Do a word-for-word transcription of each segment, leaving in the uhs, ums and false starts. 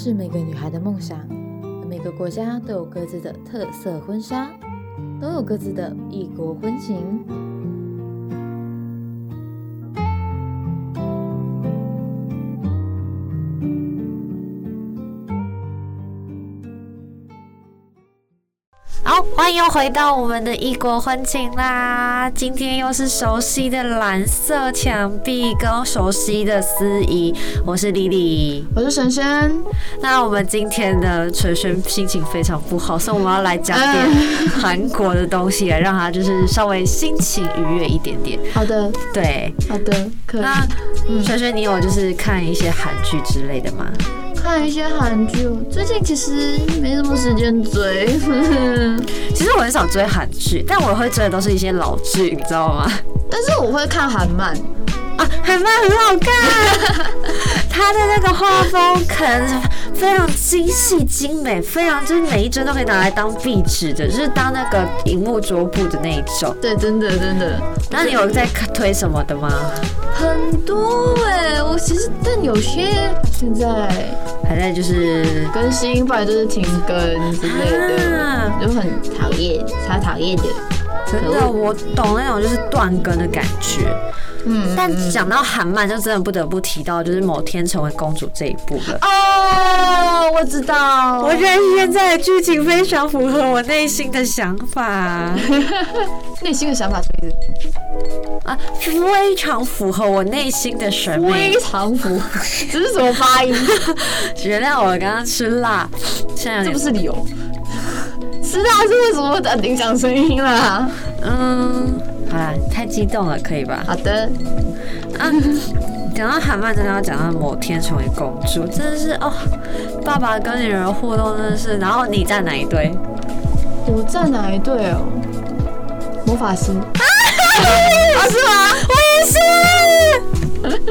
是每个女孩的梦想，每个国家都有各自的特色婚纱，都有各自的异国婚情。 好，欢迎回到我们的异国婚情啦！今天又是熟悉的蓝色墙壁跟熟悉的司仪，我是莉莉， 我是璇璇。 那我们今天的璇璇心情非常不好，所以我们要来讲点韩国的东西，来让他就是稍微心情愉悦一点点。 好的， 对， 好的，可以。 那璇璇，你有就是看一些韩剧之类的吗？ 看一些韩剧，最近其实没什么时间追。 其实我很少追韩剧，但我会追的都是一些老剧，你知道吗？ 但是我会看韩漫啊，韩漫很好看，它的那个画风可能非常精细精美，非常就是每一帧都可以拿来当壁纸的，就是当那个荧幕桌布的那一种。 对，真的真的。 那你有在推什么的吗？ 很多哎、欸，我其实但有些现在还在就是更新，不然就是停更之类的，啊、就很讨厌，超讨厌的。 真的，我懂那种就是断更的感觉。嗯，但讲到韩漫，就真的不得不提到就是《某天成为公主》这一部了。 哦，我知道。 我觉得现在的剧情非常符合我内心的想法。 内心的想法什么意思？ 啊，非常符合我内心的审美。 非常符合，这是什么发音？ 原谅我刚刚吃辣，现在有点这不是理由。吃辣是为什么的影响声音啦？ 嗯。好啦，太激动了，可以吧？ 好的。 啊，讲到韩漫，真的要讲到某天成为公主，真的是哦，爸爸跟女儿互动真的是。然后你站哪一队？ 我站哪一队哦？魔法师。啊， 啊是吗？我也是。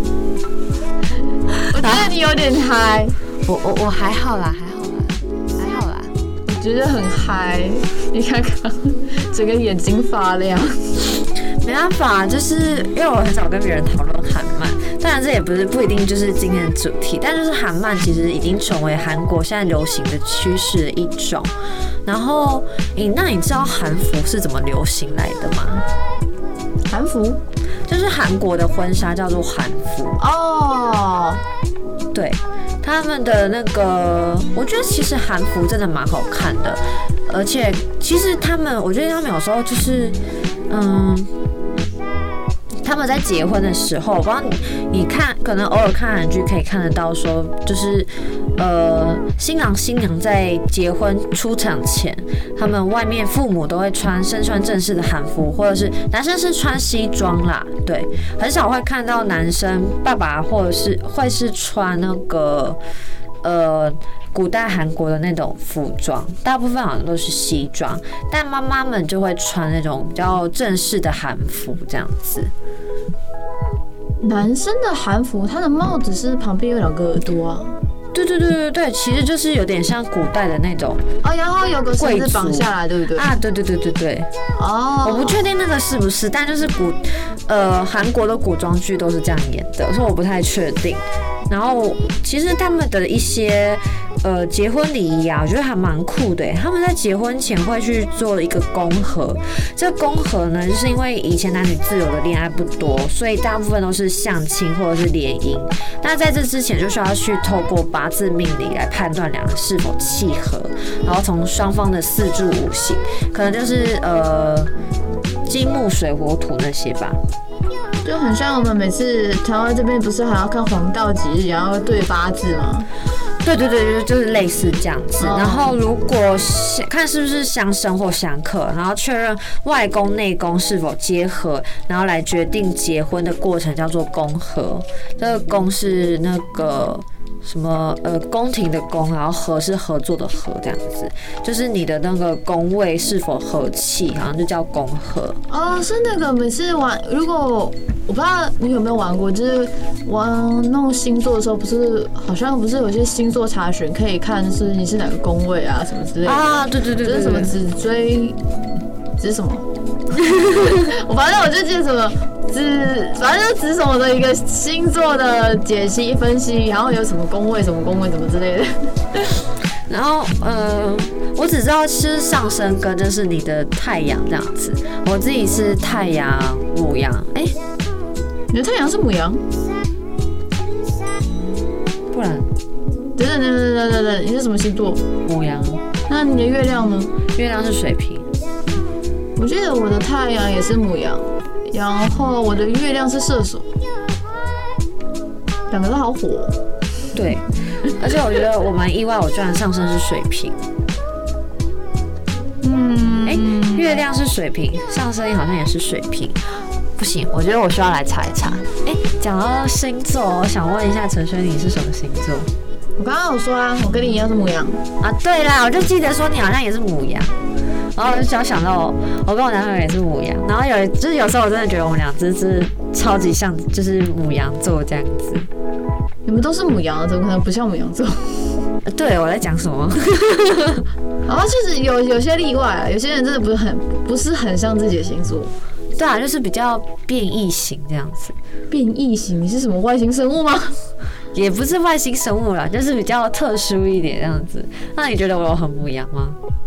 我觉得你有点嗨。 我我我还好啦，还好啦，还好啦。 我觉得很嗨，你看看，整个眼睛发亮。 没办法，就是因为我很少跟别人讨论韩漫，当然这也不是不一定就是今天的主题，但就是韩漫其实已经成为韩国现在流行的趋势的一种。然后，你那你知道韩服是怎么流行来的吗？ 韩服就是韩国的婚纱叫做韩服哦，对。他们的那个，我觉得其实韩服真的蛮好看的，而且其实他们，我觉得他们有时候就是，嗯，他们在结婚的时候，我不知道你你看，可能偶尔看韩剧可以看得到说，就是呃，新郎新娘在结婚出场前，他们外面父母都会穿身穿正式的韩服，或者是男生是穿西装啦，对，很少会看到男生爸爸或者是会是穿那个呃古代韩国的那种服装，大部分好像都是西装，但妈妈们就会穿那种比较正式的韩服这样子。 男生的韩服，他的帽子是旁边有两个耳朵啊。 对对对对对，其实就是有点像古代的那种哦，然后有个绳子绑下来，对不对？ 啊，对对对对对。哦，我不确定那个是不是，但就是古呃韩国的古装剧都是这样演的，所以我不太确定。然后其实他们的一些呃结婚礼仪啊，我觉得还蛮酷的。他们在结婚前会去做一个公和，这个公和呢，就是因为以前男女自由的恋爱不多，所以大部分都是相亲或者是联姻。那在这之前就需要去透过八字命理来判断两人是否契合，然后从双方的四柱五行，可能就是呃金木水火土那些吧。 就很像我们每次台湾这边不是还要看黄道吉日，然后对八字吗？ 对对对，就是类似这样子。然后如果看是不是相生或相克，然后确认外宫内宫是否结合，然后来决定结婚的过程叫做宫和。这个宫是那个什么呃宫廷的宫，然后和是合作的和，这样子，就是你的那个宫位是否和气，好像就叫宫和。 哦，是那个每次玩，如果我不知道你有没有玩过，就是玩弄星座的时候，不是好像不是有些星座查询可以看是你是哪个宫位啊什么之类的啊？对对对对， 就是什么紫锥。 子什么？我反正我就记得什么子，反正就子什么的一个星座的解析分析，然后有什么宫位、什么宫位、什么之类的。 然后呃，我只知道是上升跟就是你的太阳这样子。我自己是太阳牡羊，哎、欸， 你的太阳是牡羊？ 不然？ 等等等等等等等，你是什么星座？ 牡羊。 那你的月亮呢？ 月亮是水瓶。 我记得我的太阳也是牡羊，然后我的月亮是射手，两个都好火。 对，而且我觉得我蛮意外，我居然上升是水瓶。嗯，哎、欸，月亮是水瓶，上升好像也是水瓶。不行，我觉得我需要来查一查。哎、欸，讲到星座，我想问一下陈轩，你是什么星座？ 我刚刚有说啊，我跟你一样是牡羊啊。对啦，我就记得说你好像也是牡羊，然后我就想想到我，我跟我男朋友也是牡羊，然后有就是有时候我真的觉得我们俩真是超级像，就是牡羊座这样子。 你们都是牡羊，怎么可能不像牡羊座？ 对，我在讲什么？ 然后其实有有些例外啊，有些人真的不是很不是很像自己的星座。 对啊，就是比较变异型这样子。 变异型？你是什么外星生物吗？ 也不是外星生物啦，就是比较特殊一点这样子。那你觉得我很牡羊吗？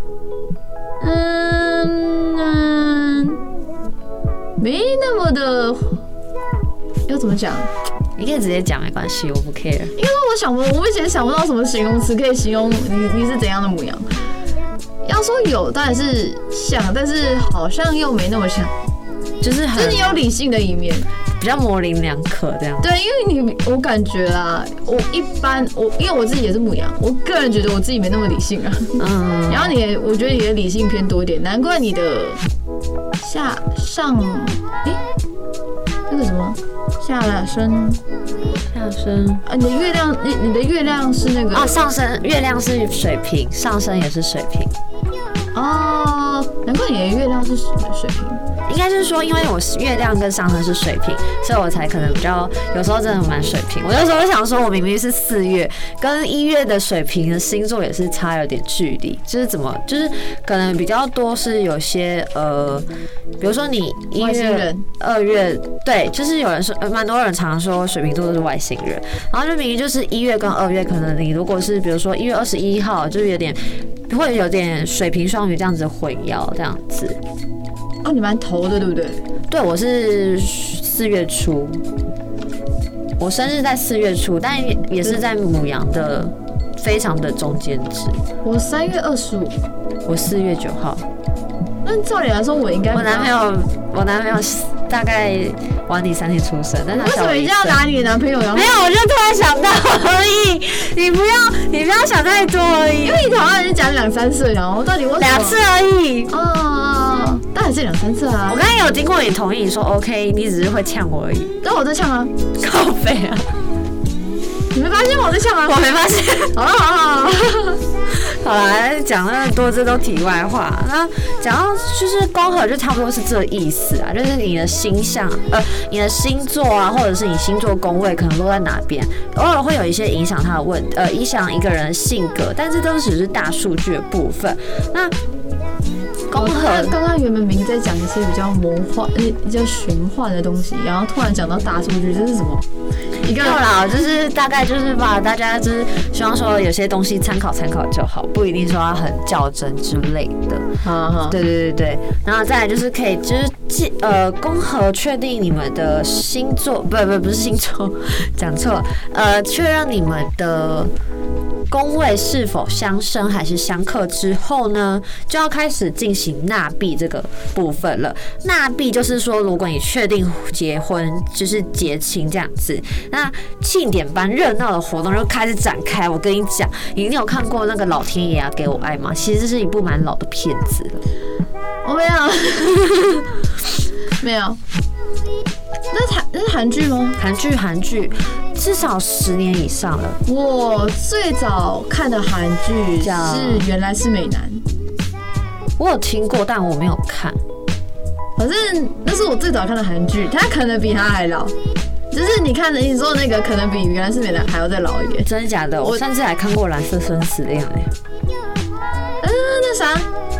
嗯嗯，没那么的，要怎么讲？ 你可以直接讲，没关系，我不 care。 因为我想不，我目前想不到什么形容词可以形容你你是怎样的模样。要说有，当然是像，但是好像又没那么像， 就是很， 就是你有理性的一面， 比较模棱两可这样。 对，因为你我感觉啦，我一般我因为我自己也是牡羊，我个人觉得我自己没那么理性啊。嗯。然后你，我觉得你的理性偏多一点，难怪你的下上哎、欸、那个什么。下升， 下升啊！你的月亮，你你的月亮是那个啊，上升月亮是水瓶，上升也是水瓶。 哦，难怪你的月亮是水瓶。 应该就是说，因为我月亮跟上升是水瓶，所以我才可能比较有时候真的蛮水瓶。我有时候想说，我明明是四月，跟一月的水瓶的星座也是差有点距离，就是怎么，就是可能比较多是有些呃，比如说你一月、二月，对，就是有人说，蛮多人常说水瓶座都是外星人，然后就明明就是一月跟二月，可能你如果是比如说一月二十一号，就是有点会有点水瓶双鱼这样子混淆这样子。 哦，你蛮头的，对不对？ 对，我是四月初，我生日在四月初，但也是在牡羊的非常的中间值。 我三月二十五， 我四月九号。 那照理来说，我应该…… 我男朋友，我男朋友大概晚你三天出生，但他为什么一定要拿你的男朋友？ 没有，我就突然想到而已。你不要，你不要想太多而已。 因为你好像是讲两三次，然后到底我两次而已。 哦，当然是两三次啊。 我刚才有经过你同意，说 OK， 你只是会呛我而已。 但我在呛啊， 靠北啊！ 你没发现我在呛吗？ 我没发现。 好了好了好了。 好啦，讲那么多，这都题外话。那讲到就是宫和，就差不多是这个意思啊，就是你的星象，呃，你的星座啊，或者是你星座宫位可能落在哪边，偶尔会有一些影响他的问，呃，影响一个人的性格，但这都只是大数据的部分。那宫和刚刚原本明在讲一些比较魔幻、比较玄幻的东西，然后突然讲到大数据，这是什么？ 一个啦，就是大概就是把大家就是希望说有些东西参考参考就好，不一定说要很较真之类的。啊，对对对对，然后再来就是可以就是呃宫和确定你们的星座，不不不是星座，讲错了，呃确认你们的宫位是否相生还是相克之后呢，就要开始进行纳币这个部分了。纳币就是说，如果你确定结婚，就是结亲这样子，那庆典般热闹的活动就开始展开。我跟你讲，你有看过那个《老天爷啊给我爱》吗？其实这是一部蛮老的片子了。 我没有，没有。那是那是韩剧吗？ 韩剧，韩剧。至少十年以上了。 我最早看的韩剧是《原来是美男》， 我有听过，但我没有看。 反正那是我最早看的韩剧，它可能比它还老。就是你看的，你说的那个可能比《原来是美男》还要再老一点。 真的假的？我甚至还看过《蓝色生死恋》哎。 嗯，那啥？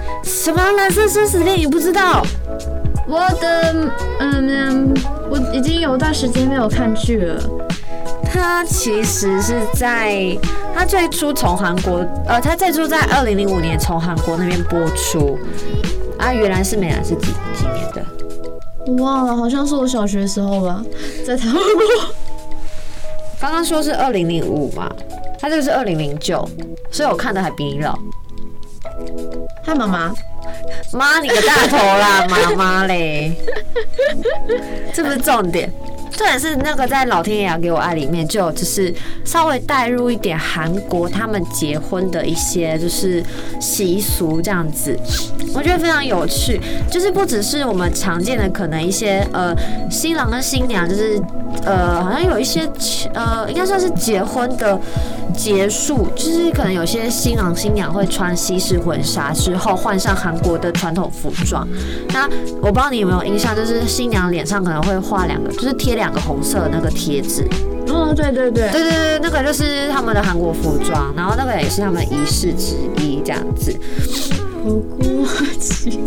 什么蓝色生死恋？你不知道？ 我的嗯，我已经有段时间没有看剧了。 它其实是在它最初从韩国，呃，它最初在二零零五年从韩国那边播出。啊，原来是美兰是几几年的？ 我忘了，好像是我小学的时候吧，在台湾播。 刚刚说是二零零五嘛，它这个是二零零九，所以我看的还比你老。 嗨，妈妈。 妈你个大头啦，妈妈嘞！这不是重点，重点是那个在《老天爷要给我爱》里面就有就是稍微带入一点韩国他们结婚的一些就是习俗这样子，我觉得非常有趣。就是不只是我们常见的可能一些呃新郎跟新娘就是呃好像有一些呃应该算是结婚的结束，就是可能有些新郎新娘会穿西式婚纱之后换上韩国的传统服装。那我不知道你有没有印象，就是新娘脸上可能会画两个，就是贴两个红色的那个贴纸。 哦，对对对， 对对对，那个就是他们的韩国服装，然后那个也是他们的仪式之一，这样子。 火锅鸡，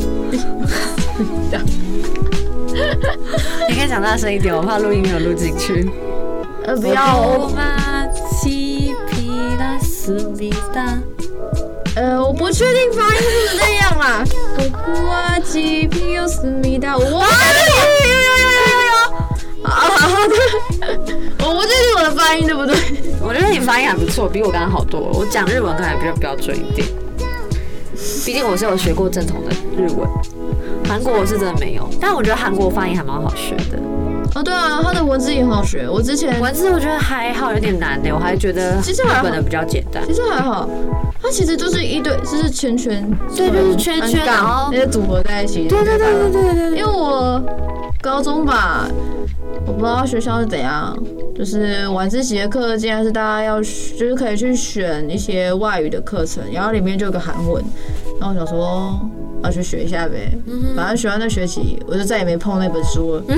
你可以讲大声一点，我怕录音没有录进去。 呃，不要。呃，我不确定发音是不是这样啦。火锅鸡皮有思密达，我忘了。有有有有有有。啊，好的。我不确定我的发音对不对？ 我觉得你发音还不错，比我刚刚好多了。我讲日文可能还比较标准一点，毕竟我是有学过正统的日文。韩国我是真的没有，但我觉得韩国发音还蛮好学的。 哦，对啊，它的文字也很好学。我之前文字我觉得还好，有点难的，我还觉得日本的比较简单。 其实还好，它其实就是一堆，就是圈圈， 对，就是圈圈，然后那些组合在一起。 对对对对对对。 因为我高中吧，我不知道学校是怎样，就是晚自习的课竟然是大家要，就是可以去选一些外语的课程，然后里面就有个韩文，然后我想说。要去学一下呗，反正学完那学期，我就再也没碰那本书了。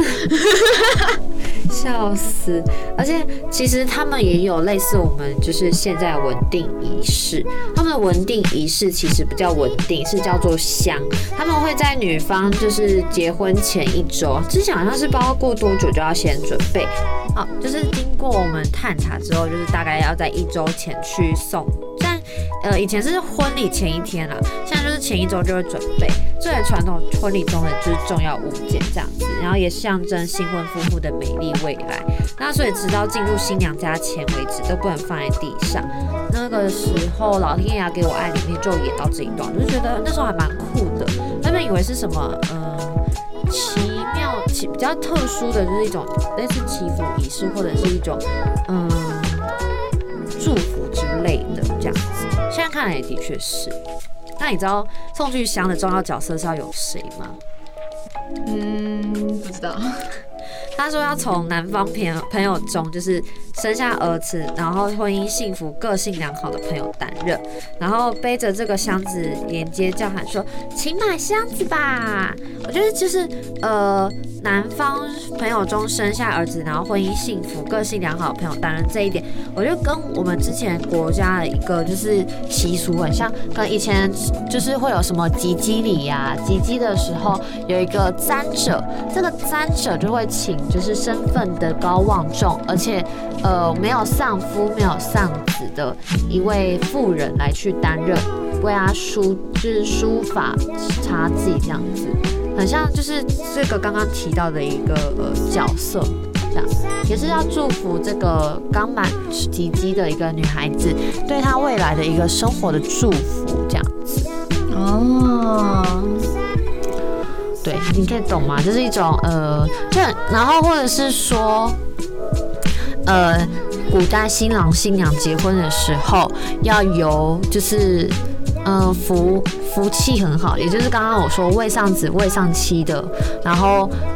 笑死！而且其实他们也有类似我们就是现在文定仪式，他们的文定仪式其实不叫文定，是叫做香。他们会在女方就是结婚前一周，之前好像是不知道过多久就要先准备，好，就是经过我们探查之后，就是大概要在一周前去送。但呃，以前是婚礼前一天啦，现在就是前一周就会准备，这也传统婚礼中的就是重要物件这样子，然后也象征新婚夫妇的美丽未来。那所以直到进入新娘家前为止都不能放在地上。那个时候《老天爷给我爱》里面就演到这一段，我就觉得那时候还蛮酷的。原本以为是什么呃奇妙、奇比较特殊的，就是一种类似祈福仪式，或者是一种嗯祝福之类的这样子。现在看来也的确是。那你知道宋巨香的重要角色是要有谁吗？ 嗯，不知道。 他说要从男方朋友中就是生下儿子，然后婚姻幸福、个性良好的朋友担任，然后背着这个箱子沿街叫喊说：“请买箱子吧！”我觉得就是呃，男方朋友中生下儿子，然后婚姻幸福、个性良好的朋友担任这一点，我觉得跟我们之前国家的一个就是习俗很像，跟以前就是会有什么及笄礼呀，及笄的时候有一个簪者，这个簪者就会请就是身份的高望重，而且呃没有丧夫、没有丧子的一位妇人来去担任，为他书就是书法茶记这样子，很像就是这个刚刚提到的一个呃角色，这样也是要祝福这个刚满及笄的一个女孩子对她未来的一个生活的祝福，这样子。哦。对，你可以懂吗？就是一种呃，就然后或者是说，呃，古代新郎新娘结婚的时候要由就是呃福福气很好，也就是刚刚我说未丧子未丧妻的，然后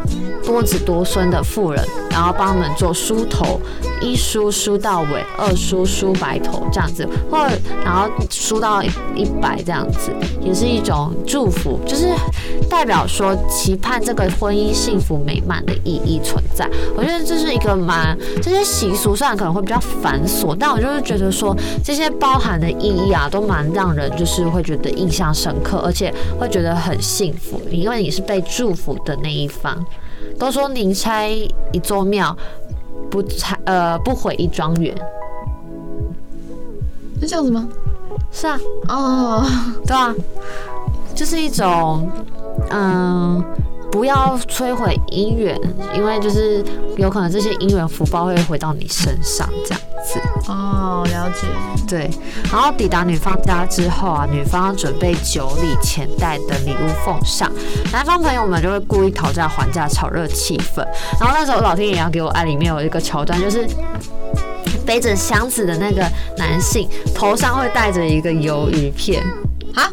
多子多孙的妇人，然后帮他们做梳头，一梳梳到尾，二梳梳白头这样子，或者然后梳到一百这样子，也是一种祝福，就是代表说期盼这个婚姻幸福美满的意义存在。我觉得这是一个蛮这些习俗虽然可能会比较繁琐，但我就是觉得说这些包含的意义啊，都蛮让人就是会觉得印象深刻，而且会觉得很幸福，因为你是被祝福的那一方。都说宁拆一座庙，不拆呃不毁一庄园， 是这样子吗？ 是啊， 哦， 对啊，就是一种嗯。不要摧毁姻缘，因为就是有可能这些姻缘福报会回到你身上，这样子。 哦，了解。 对，然后抵达女方家之后啊，女方要准备酒礼、钱袋等礼物奉上，男方朋友们就会故意讨价还价，炒热气氛。然后那时候老天爷要给我爱里面有一个桥段，就是背着箱子的那个男性头上会戴着一个鱿鱼片啊。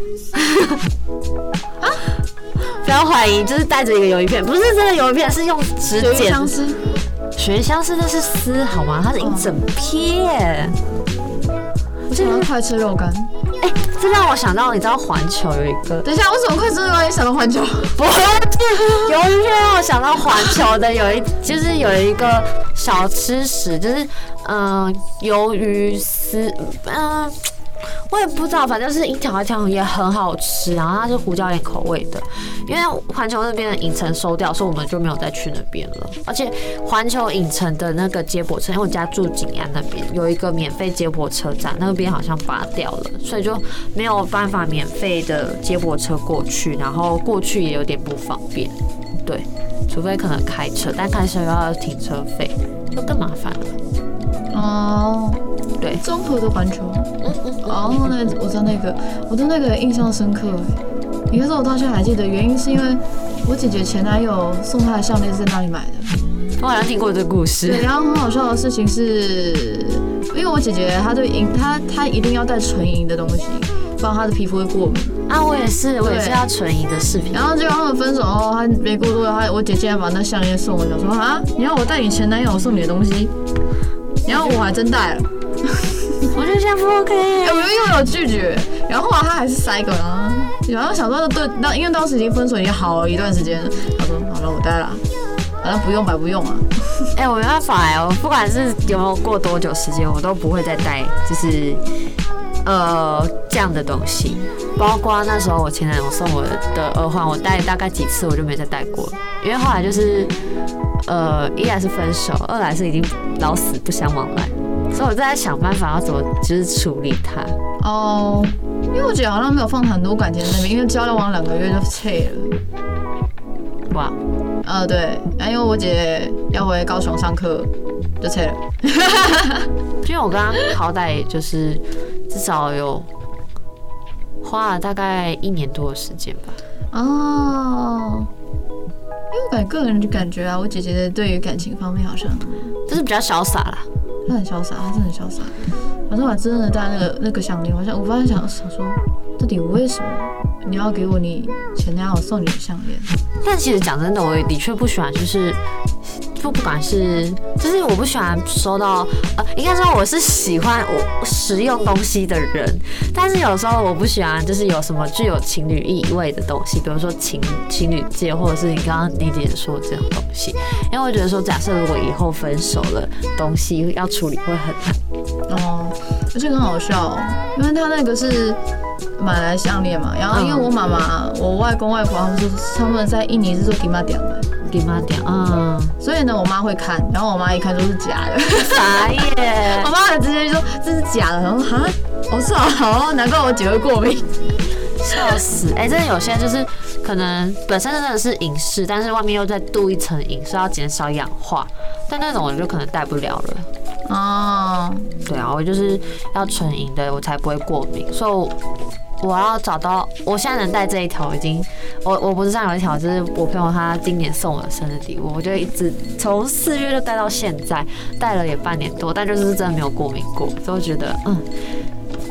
不要怀疑，就是带着一个鱿鱼片，不是真的鱿鱼片，是用指剪。 相思， 雪相思那是丝好吗？它是一整片。 我想到快吃肉干。 哎、欸，这让我想到，你知道环球有一个？ 等一下，为什么快吃肉干也想到环球？ 不是，鱿鱼片让我想到环球的有一，就是有一个小吃食，就是嗯鱿鱼丝，嗯。呃我也不知道，反正是一条一条也很好吃，然后它是胡椒盐口味的。因为环球那边的影城收掉，所以我们就没有再去那边了。而且环球影城的那个接驳车，因为我家住景安那边，有一个免费接驳车站，那边好像拔掉了，所以就没有办法免费的接驳车过去，然后过去也有点不方便。对，除非可能开车，但开车又要停车费，就更麻烦了。 哦， 对， 综合的环球。嗯嗯。哦，那我知道那个，我对那个印象深刻哎。你看，我到现在还记得，原因是因为我姐姐前男友送她的项链是在那里买的。 我好像听过这个故事。 对，然后很好笑的事情是，因为我姐姐她对银，她她一定要带纯银的东西，不然她的皮肤会过敏。 啊，我也是，我也是要纯银的饰品。 然后结果他们分手后，她没过多久，她我姐竟然把那项链送我，想说啊，你要我带你前男友送你的东西？然后我还真带了， 我觉得这样不 OK， 欸、我又有拒绝，然后后来他还是塞个，然后想说对，那因为当时已经分手已经好了一段时间，他说好了我带了，反正不用白不用啊。 哎、欸，我没办法哎、欸，我不管是有没有过多久时间，我都不会再带，就是呃这样的东西，包括那时候我前男友送我的耳环，我戴大概几次我就没再戴过了，因为后来就是。呃，一来是分手，二来是已经老死不相往来，所以我在想办法要怎么就是处理它。 哦，因为我姐好像没有放很多感情在那边，因为交往两个月就退了。 哇， 呃对，然后因为我姐要回高雄上课，就退了。 因为我跟她好歹就是至少有花了大概一年多的时间吧。 哦。因为我感个人就感觉啊，我姐姐对于感情方面好像就是比较潇洒啦。 她很潇洒，她真的很潇洒。反正我真的戴那个那个项链，我想我发现想想说，到底为什么你要给我你前男友送你的项链？ 但其实讲真的，我也的确不喜欢，就是不不管是就是我不喜欢收到呃，应该说我是喜欢我实用东西的人，但是有时候我不喜欢就是有什么具有情侣意味的东西，比如说情情侣戒，或者是你刚刚你姐说的这种东西，因为我觉得说，假设如果以后分手了，东西要处理会很难。 哦，而且很好笑哦，因为他那个是买来项链嘛，然后因为我妈妈、嗯、我外公外婆他们是他们在印尼是做金马店的。 金马店，嗯， 所以呢，我妈会看，然后我妈一看都是假的， 傻眼。 我妈还直接就说这是假的，然后哈，我说好，难怪我姐会过敏， 笑死！哎、欸，真的有些就是可能本身真的是银饰，但是外面又再镀一层银，是要减少氧化，但那种我就可能戴不了了。哦，对啊，我就是要纯银的，我才不会过敏，所以我。我要找到，我现在能戴这一条已经，我我脖子上有一条，就是我朋友他今年送我的生日礼物，我就一直从四月就戴到现在，戴了也半年多，但就是真的没有过敏过，所以我觉得，嗯，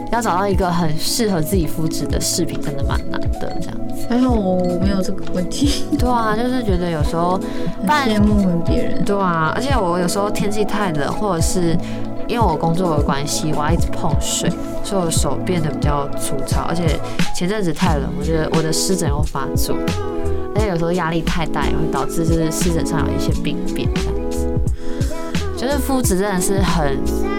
要找到一个很适合自己肤质的饰品真的蛮难的，这样子。 还好我没有这个问题。 对啊，就是觉得有时候很羡慕别人。 对啊，而且我有时候天气太冷，或者是因为我工作的关系，我要一直碰水，所以我手变得比较粗糙。而且前阵子太冷，我觉得我的湿疹又发作，而且有时候压力太大，也会导致就是湿疹上有一些病变这样子。就是肤质真的是很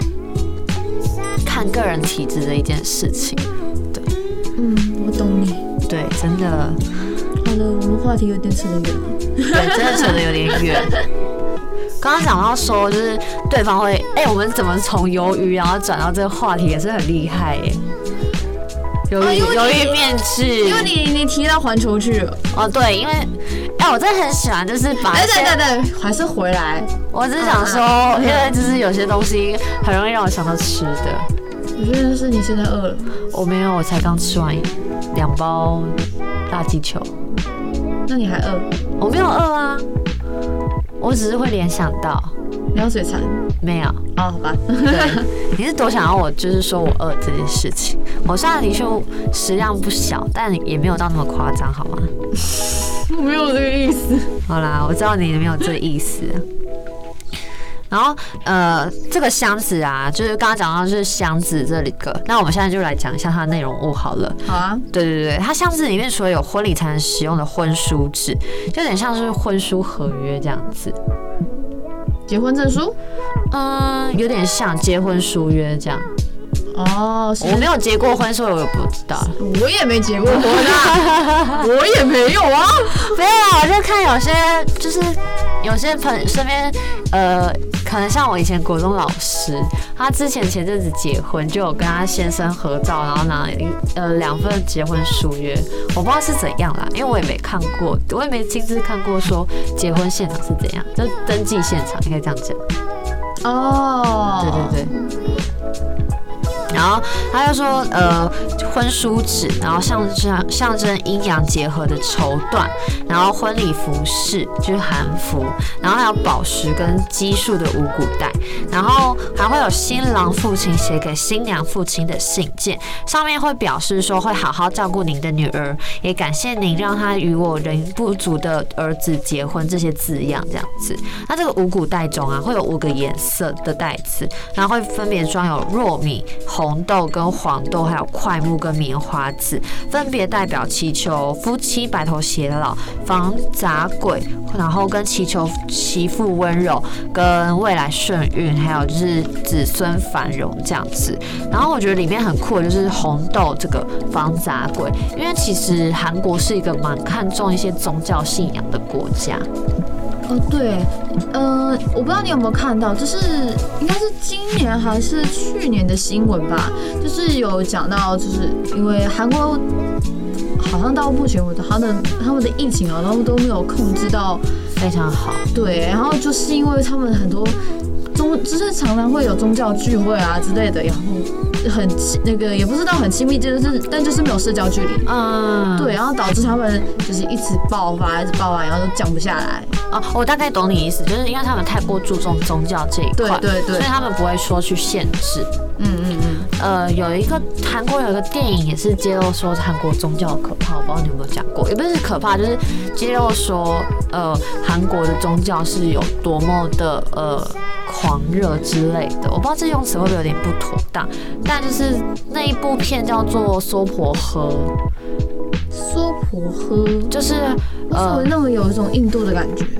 看个人体质的一件事情。对， 嗯，我懂你。 对，真的。 好了，我们话题有点扯得远了。 对，真的扯得有点远。刚刚讲到说，就是对方会，哎、欸，我们怎么从鱿鱼然后转到这个话题，也是很厉害耶。鱿鱼鱿鱼面试， 因为你你提到环球去了。 哦，对，因为哎、欸，我真的很喜欢，就是把。 哎，对对对，还是回来。 我只是想说，啊、因为就是有些东西很容易让我想到吃的。 我觉得是你现在饿了。 我没有，我才刚吃完两包大鸡球。 那你还饿？ 我没有饿啊，我只是会联想到。 你要嘴馋？ 没有。 哦，好吧。 对，你是多想要我就是说我饿这件事情。我虽然的确食量不小，但也没有到那么夸张，好吗？ 我没有这个意思。 好啦，我知道你没有这个意思。然后，呃，这个箱子啊，就是刚刚讲到就是箱子这里个，那我们现在就来讲一下它的内容物好了。 好啊。 对对对，它箱子里面除了有婚礼才能使用的婚书纸，就有点像是婚书合约这样子。 结婚证书？ 嗯，有点像结婚书约这样。 哦， 我没有结过婚，所以我也不知道。 我也没结过婚啊，我也没有啊。 没有啊，我就看有些就是有些朋身边呃，可能像我以前国中老师，他之前前阵子结婚，就有跟他先生合照，然后拿呃两份结婚书约，我不知道是怎样啦，因为我也没看过，我也没亲自看过说结婚现场是怎样，就登记现场，应该这样讲。 哦， 对对对。然后他就说，呃，婚书纸，然后象征象征阴阳结合的绸缎，然后婚礼服饰就是韩服，然后还有宝石跟奇数的五谷带，然后还会有新郎父亲写给新娘父亲的信件，上面会表示说会好好照顾您的女儿，也感谢您让她与我人不足的儿子结婚这些字样这样子。那这个五谷带中啊，会有五个颜色的带子，然后会分别装有糯米、红豆跟黄豆，还有块木跟棉花籽，分别代表祈求夫妻白头偕老、防杂鬼，然后跟祈求媳妇温柔、跟未来顺运，还有就是子孙繁荣这样子。然后我觉得里面很酷的就是红豆这个防杂鬼，因为其实韩国是一个蛮看重一些宗教信仰的国家。 哦，对，呃，我不知道你有没有看到，就是应该是今年还是去年的新闻吧，就是有讲到，就是因为韩国好像到目前为止，他的他们的疫情啊，然后都没有控制到非常好。 对，然后就是因为他们很多宗，就是常常会有宗教聚会啊之类的，然后很那个也不是到很亲密，就是但就是没有社交距离，嗯，对，然后导致他们就是一直爆发，一直爆发，然后都降不下来。 哦，我大概懂你意思，就是因为他们太过注重宗教这一块， 对对对， 所以他们不会说去限制。嗯嗯嗯。呃，有一个韩国有一个电影也是揭露说韩国宗教可怕，我不知道你有没有讲过，也不是可怕，就是揭露说呃韩国的宗教是有多么的呃狂热之类的，我不知道这用词会不会有点不妥当，但就是那一部片叫做《娑婆诃》。 娑婆诃就是呃，我那么有一种印度的感觉。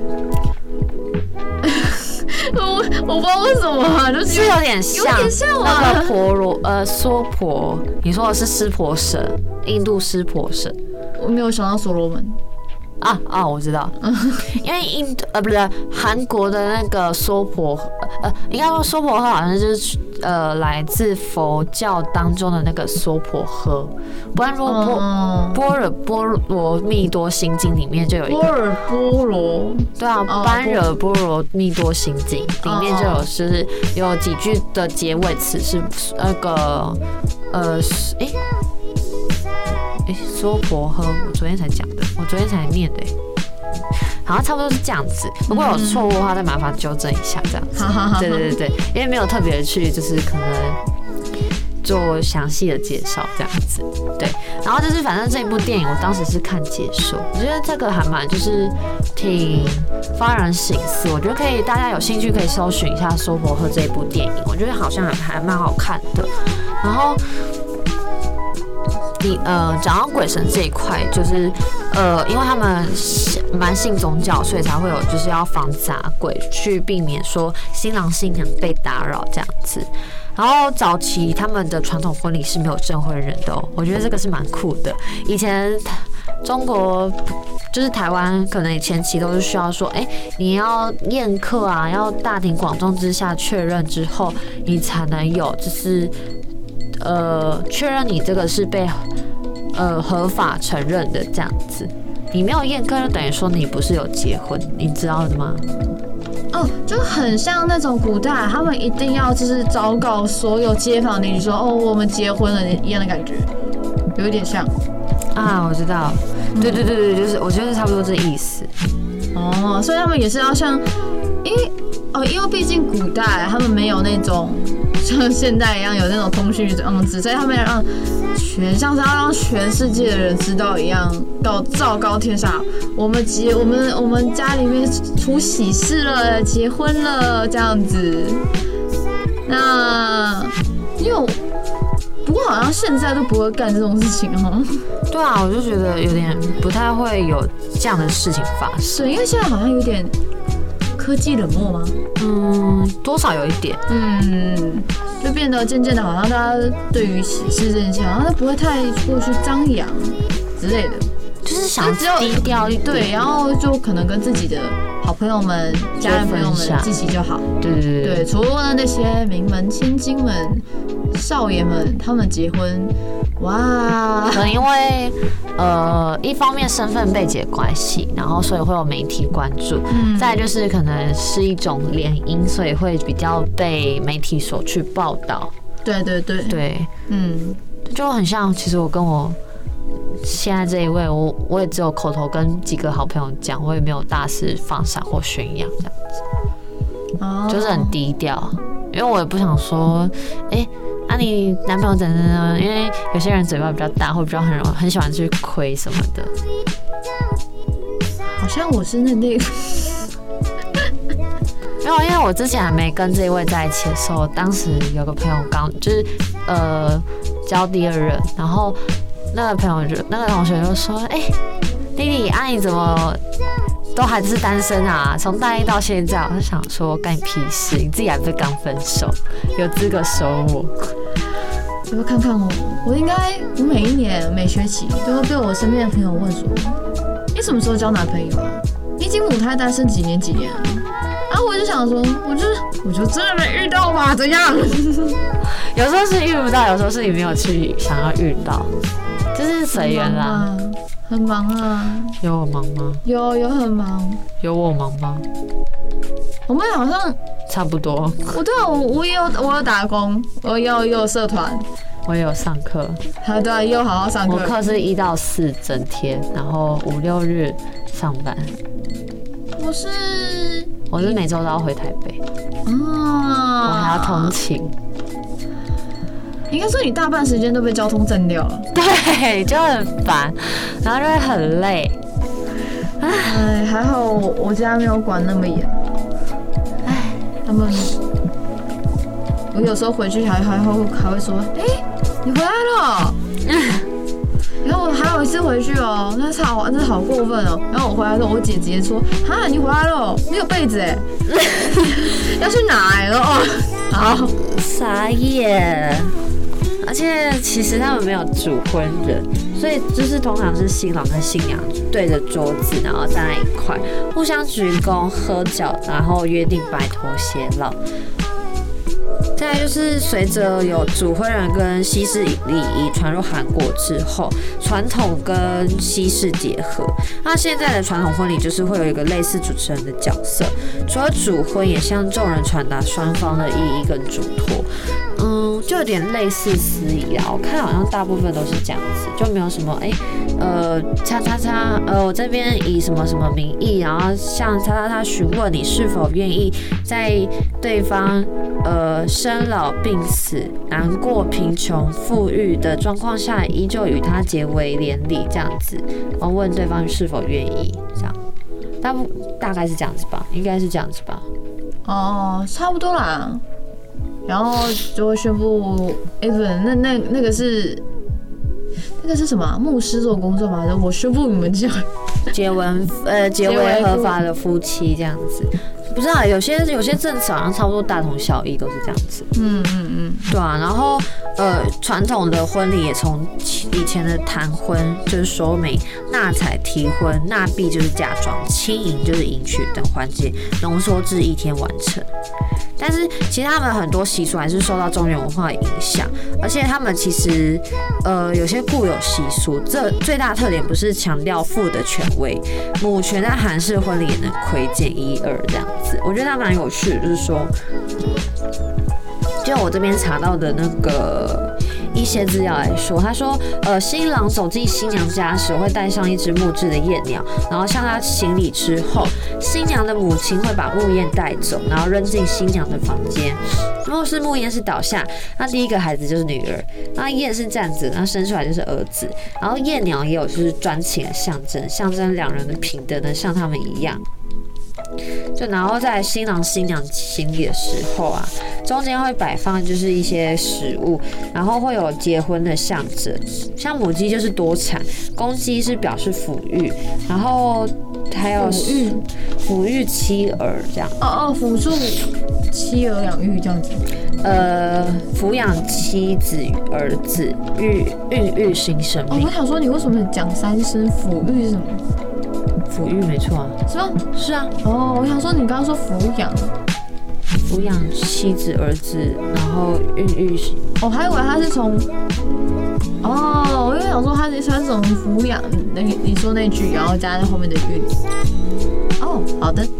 我我不知道为什么、啊，就是是有点像， 有点像啊。 那个婆罗呃娑婆，你说的是湿婆神，印度湿婆神。 我没有想到所罗门。 啊啊，我知道，因为印度呃不是韩国的那个娑婆呃，应该说娑婆诃好像就是呃来自佛教当中的那个娑婆诃，般若波般若波罗蜜多心经里面就有一个般若波罗， 对啊，般若波罗蜜多心经里面就有就是有几句的结尾词是那个呃诶。哎，娑婆诃，我昨天才讲的，我昨天才念的，好像差不多是这样子。如果有错误的话，再麻烦纠正一下，这样子。对对对对，因为没有特别去，就是可能做详细的介绍这样子。对，然后就是反正这一部电影我当时是看解说，我觉得这个还蛮就是挺发人省思，我觉得可以大家有兴趣可以搜寻一下苏伯赫这一部电影，我觉得好像还蛮好看的。然后你呃讲到鬼神这一块，就是呃因为他们蛮信宗教，所以才会有就是要防杂鬼，去避免说新郎新娘被打扰这样子。然后早期他们的传统婚礼是没有证婚人的哦，我觉得这个是蛮酷的。以前中国就是台湾，可能前期都是需要说，哎、欸，你要宴客啊，要大庭广众之下确认之后，你才能有就是呃确认你这个是被呃合法承认的这样子。你没有宴客，就等于说你不是有结婚，你知道的吗？ 哦，就很像那种古代，他们一定要就是昭告所有街坊邻居说，哦，我们结婚了一样的感觉，有一点像。 啊，我知道，对对对对，就是我觉得差不多这意思。 哦，所以他们也是要像，因为哦，因为毕竟古代他们没有那种像现代一样有那种通讯装置，所以他们要让全像是要让全世界的人知道一样，告昭告天下，我们结我们我们家里面出喜事了，结婚了这样子。那因为我不过好像现在都不会干这种事情哈。 对啊，我就觉得有点不太会有这样的事情发生。 对，因为现在好像有点科技冷漠吗？ 嗯，多少有一点。 嗯，就变得渐渐的，好像大家对于喜事这件事，好像都不会太过去张扬之类的， 就是想低调一点。 对，然后就可能跟自己的好朋友们、家人朋友们记起就好。 对对对对，除了那些名门千金们、少爷们，他们结婚。哇， 可能因为呃，一方面身份背景的关系，然后所以会有媒体关注。嗯，再来就是可能是一种联姻，所以会比较被媒体所去报道。 对对对对，嗯，就很像。其实我跟我现在这一位，我我也只有口头跟几个好朋友讲，我也没有大肆放闪或宣扬这样子，哦，就是很低调，因为我也不想说，哎、欸。那、啊、你男朋友怎样呢？因为有些人嘴巴比较大，或比较很容很喜欢去亏什么的。 好像我是那那个， 没有，因为我之前还没跟这一位在一起的时候，当时有个朋友刚就是呃交第二任，然后那个朋友就那个同学就说：“哎、欸，弟弟，啊你怎么都还是单身啊？从大一到现在。”我就想说，干你屁事！你自己还不是刚分手，有资格收我？ 要不要看看我？我应该我每一年每学期都会被我身边的朋友问说：“你什么时候交男朋友啊？你已经母胎单身几年几年了？”然后我就想说，我就我就真的没遇到嘛，怎样？ 有时候是遇不到，有时候是你没有去想要遇到，就是随缘啦。 很忙啊， 有我忙吗？ 有有很忙， 有我忙吗？ 我们好像差不多。 我对啊，我我也有我有打工，我也有也有社团， 我也有上课。 啊对啊，也有好好上课。 我课是一到四整天，然后五六日上班。 我是我是每周都要回台北，啊，我还要通勤。 应该说你大半时间都被交通占掉了， 对，就很烦，然后就会很累。 哎，还好我家没有管那么严。哎，他们，我有时候回去还还会还会说，哎、欸，你回来了。然后我还有一次回去哦，那是好，那是好过分哦。然后我回来的时候，我姐直接说，哈，你回来了，没有被子哎，要去哪了哦？好， 傻眼。而且其实他们没有主婚人，所以就是通常是新郎跟新娘对着桌子，然后站在一块，互相鞠躬、喝酒，然后约定白头偕老。再来就是随着有主婚人跟西式礼仪传入韩国之后，传统跟西式结合。那现在的传统婚礼就是会有一个类似主持人的角色，除了主婚，也向众人传达双方的意义跟嘱托。 嗯，就有点类似司仪啊。我看好像大部分都是这样子，就没有什么哎、欸，呃，叉叉叉，呃，我这边以什么什么名义，然后向叉叉叉询问你是否愿意在对方呃生老病死、难过、贫穷、富裕的状况下，依旧与他结为连理这样子，然后问对方是否愿意，这样，大不大概是这样子吧，应该是这样子吧。 哦，差不多啦。然后就会宣布 ，even 那那那个是那个是什么、啊？牧师做工作吗？我宣布你们这样结婚，呃，结为合法的夫妻这样子。不知道有些有些政策好像差不多大同小异，都是这样子。 嗯嗯嗯， 对啊。然后呃，传统的婚礼也从以前的谈婚就是收媒、纳采提婚、纳币就是嫁妆、亲迎就是迎娶等环节浓缩至一天完成。但是其实他们很多习俗还是受到中原文化的影响，而且他们其实呃有些固有习俗，这最大特点不是强调父的权威，母权在韩式婚礼也能窥见一二这样子。我觉得它蛮有趣的，就是说，就我这边查到的那个一些资料来说，他说，呃，新郎走进新娘家时会带上一只木质的燕鸟，然后向她行礼之后，新娘的母亲会把木燕带走，然后扔进新娘的房间。如果是木燕是倒下，那第一个孩子就是女儿，那燕是站着，那生出来就是儿子。然后燕鸟也有就是专情的象征，象征两人的平等的像他们一样。就然后在新郎新娘行礼的时候啊，中间会摆放就是一些食物，然后会有结婚的象征，像母鸡就是多产，公鸡是表示抚育，然后还有抚育抚育妻儿这样。 哦哦，辅助妻儿养育这样子。 呃，抚养妻子儿子，育孕育新生命。 哦，我想说你为什么讲三声抚育是什么？ 抚育没错啊， 是吗？ 是啊。 哦，我想说你刚刚说抚养， 抚养妻子儿子，然后孕育。 我、哦、还以为他是从，哦，我就想说他是他是从抚养那你说那句，然后加在后面的孕。哦，好的。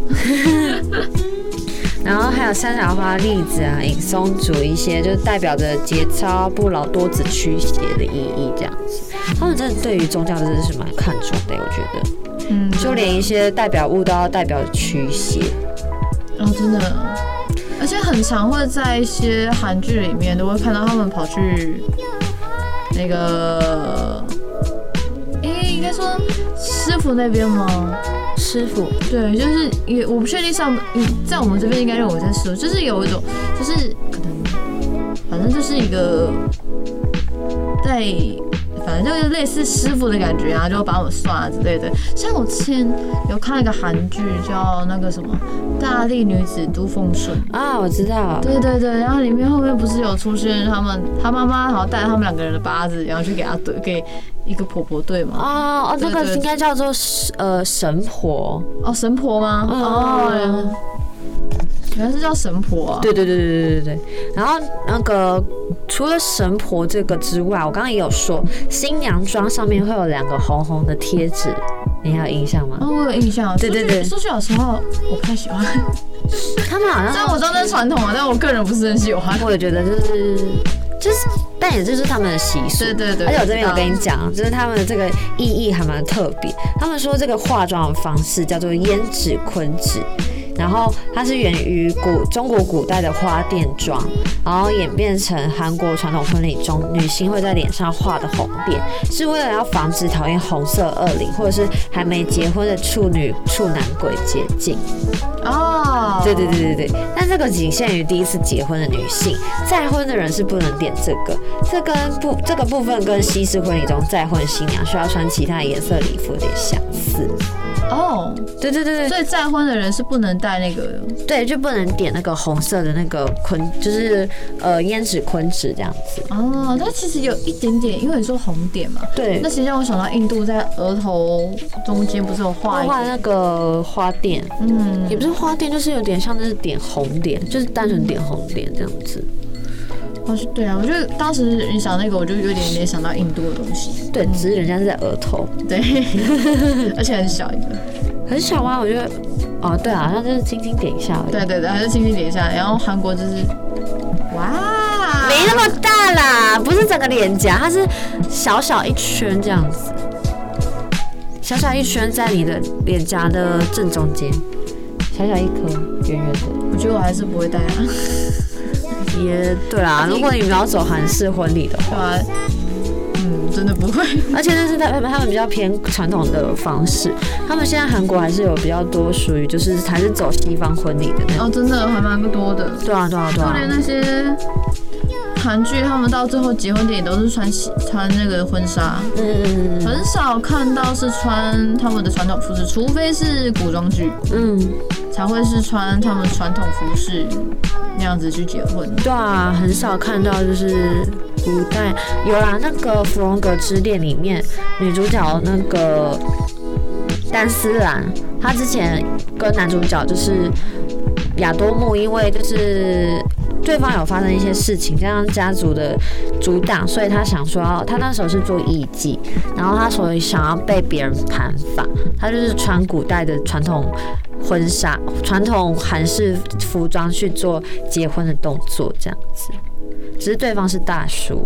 然后还有山茶花、栗子啊、银松竹一些，就代表着节操、不劳多子驱邪的意义，这样子。他们真的对于宗教真的是蛮看重的，我觉得。嗯，就连一些代表物都要代表驱邪。 哦，真的。而且很常会在一些韩剧里面都会看到他们跑去那个，诶、欸，应该说师傅那边吗？ 师傅， 对，就是也我不确定上，在我们这边应该认为在师傅，就是有一种，就是可能，反正就是一个在，反正就是类似师傅的感觉啊，就把我们算啊之类的。像我之前有看一个韩剧叫那个什么《大力女子都奉顺》 啊，我知道。 对对对，然后里面后面不是有出现他们他妈妈好像带他们两个人的八字，然后去给他对给。一个婆婆对吗？ 哦哦，那个应该叫做呃神婆哦，神婆吗？ 嗯、 哦，原来是叫神婆啊！ 对对对对对对对。然后那个除了神婆这个之外，我刚刚也有说，新娘妆上面会有两个红红的贴纸，你还有印象吗？ 哦，我有印象。 对对对， 说起有时候我不太喜欢。 他们好像， 虽然我知道那是传统啊，但我个人不是很喜欢。 我也觉得就是就是。但也就是他们的习俗， 对对对。 而且我这边有跟你讲，就是他们的这个意义还蛮特别。他们说这个化妆的方式叫做胭脂昆脂，然后它是源于古中国古代的花钿妆，然后演变成韩国传统婚礼中女性会在脸上画的红点，是为了要防止讨厌红色恶灵或者是还没结婚的处女处男鬼接近。哦，对对对对对，但这个仅限于第一次结婚的女性，再婚的人是不能点这个。这跟部这个部分跟西式婚礼中再婚新娘需要穿其他颜色礼服有点相似。 哦， 对对对对， 所以再婚的人是不能带那个的， 对，就不能点那个红色的那个昆，就是呃胭脂昆脂这样子。 哦，它其实有一点点，因为你说红点嘛， 对， 那其实让我想到印度在额头中间不是有画画那个花钿，嗯，也不是花钿，就是有点像是点红点，就是单纯点红点这样子。 哦，对啊，我觉得当时你想那个，我就有点联想到印度的东西。 对，只是人家是在额头， 对，而且很小一个， 很小吗？我觉得，哦，对啊，好像就是轻轻点一下而已。 对对对，还是轻轻点一下。然后韩国就是，哇， 没那么大啦，不是整个脸颊，它是小小一圈这样子，小小一圈在你的脸颊的正中间，小小一颗圆圆的。 我觉得我还是不会戴啊。 也对啦，如果你们要走韩式婚礼的话。 嗯，真的不会， 而且那是他们他们比较偏传统的方式，他们现在韩国还是有比较多属于就是还是走西方婚礼的那种。 哦，真的还蛮多的。 对啊，对啊，对啊。 就连那些韩剧，他们到最后结婚典礼都是穿穿那个婚纱，嗯，很少看到是穿他们的传统服饰，除非是古装剧，嗯，才会是穿他们传统服饰那样子去结婚。 对啊，很少看到就是古代有啦，那个《芙蓉阁之恋》里面女主角那个丹丝兰，她之前跟男主角就是亚多木，因为就是对方有发生一些事情，加上家族的阻挡，所以他想说要，他那时候是做艺妓，然后他所以想要被别人盘访，他就是穿古代的传统婚纱、传统韩式服装去做结婚的动作，这样子。只是对方是大叔，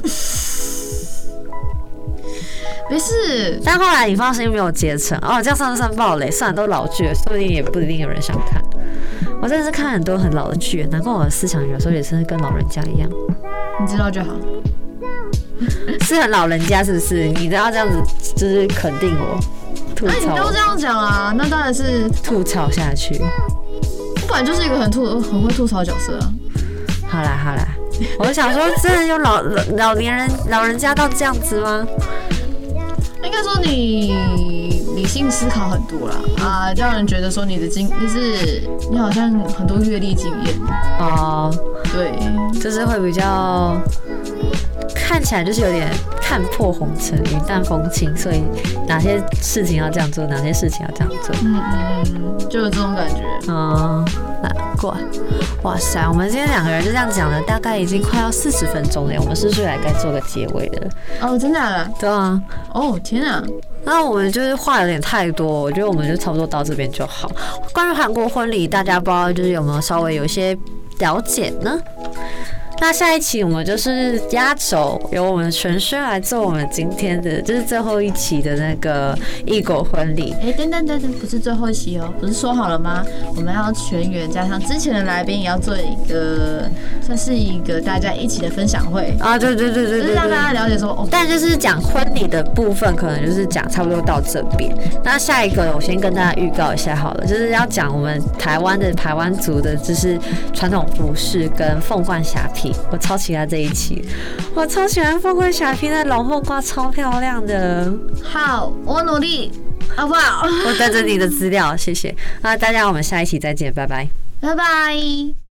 没事。 但后来你放心没有结成哦，这样算不算暴雷？算了，都老剧了，说不定也不一定有人想看。我真的是看很多很老的剧，难怪我的思想有时候也是跟老人家一样。 你知道就好， 是很老人家是不是？你都要这样子，就是肯定我，吐槽。 哎，你都这样讲啊，那当然是吐槽下去。 我本来就是一个很吐、很会吐槽的角色啊。 好啦好啦，我想说，真的有老老年人、老人家到这样子吗？ 应该说你理性思考很多啦，啊，让人觉得说你的经就是你好像很多阅历经验哦，对， 就是会比较看起来就是有点看破红尘、云淡风轻，所以哪些事情要这样做，哪些事情要这样做， 嗯嗯，就有这种感觉， 嗯，难怪，哇塞，我们今天两个人就这样讲了，大概已经快要四十分钟了，我们是不是来该做个结尾了？ 哦，真的假的？ 对啊， 哦，天啊！ 那我们就是话有点太多，我觉得我们就差不多到这边就好。关于韩国婚礼，大家不知道就是有没有稍微有一些了解呢？那下一期我们就是压轴，由我们全轩来做我们今天的，就是最后一期的那个异国婚礼。 哎、欸，等等等等，不是最后一期哦，不是说好了吗？我们要全员加上之前的来宾，也要做一个算是一个大家一起的分享会啊！对对对对对， 就是让大家了解说，哦， 但就是讲婚礼的部分，可能就是讲差不多到这边。那下一个我先跟大家预告一下好了，就是要讲我们台湾的台湾族的，就是传统服饰跟凤冠霞帔。我超期待这一期，我超喜欢凤冠霞帔的龙凤褂，超漂亮的。 好，我努力，好不好？ 我等着你的资料，谢谢。那大家，我们下一期再见，拜拜， 拜拜。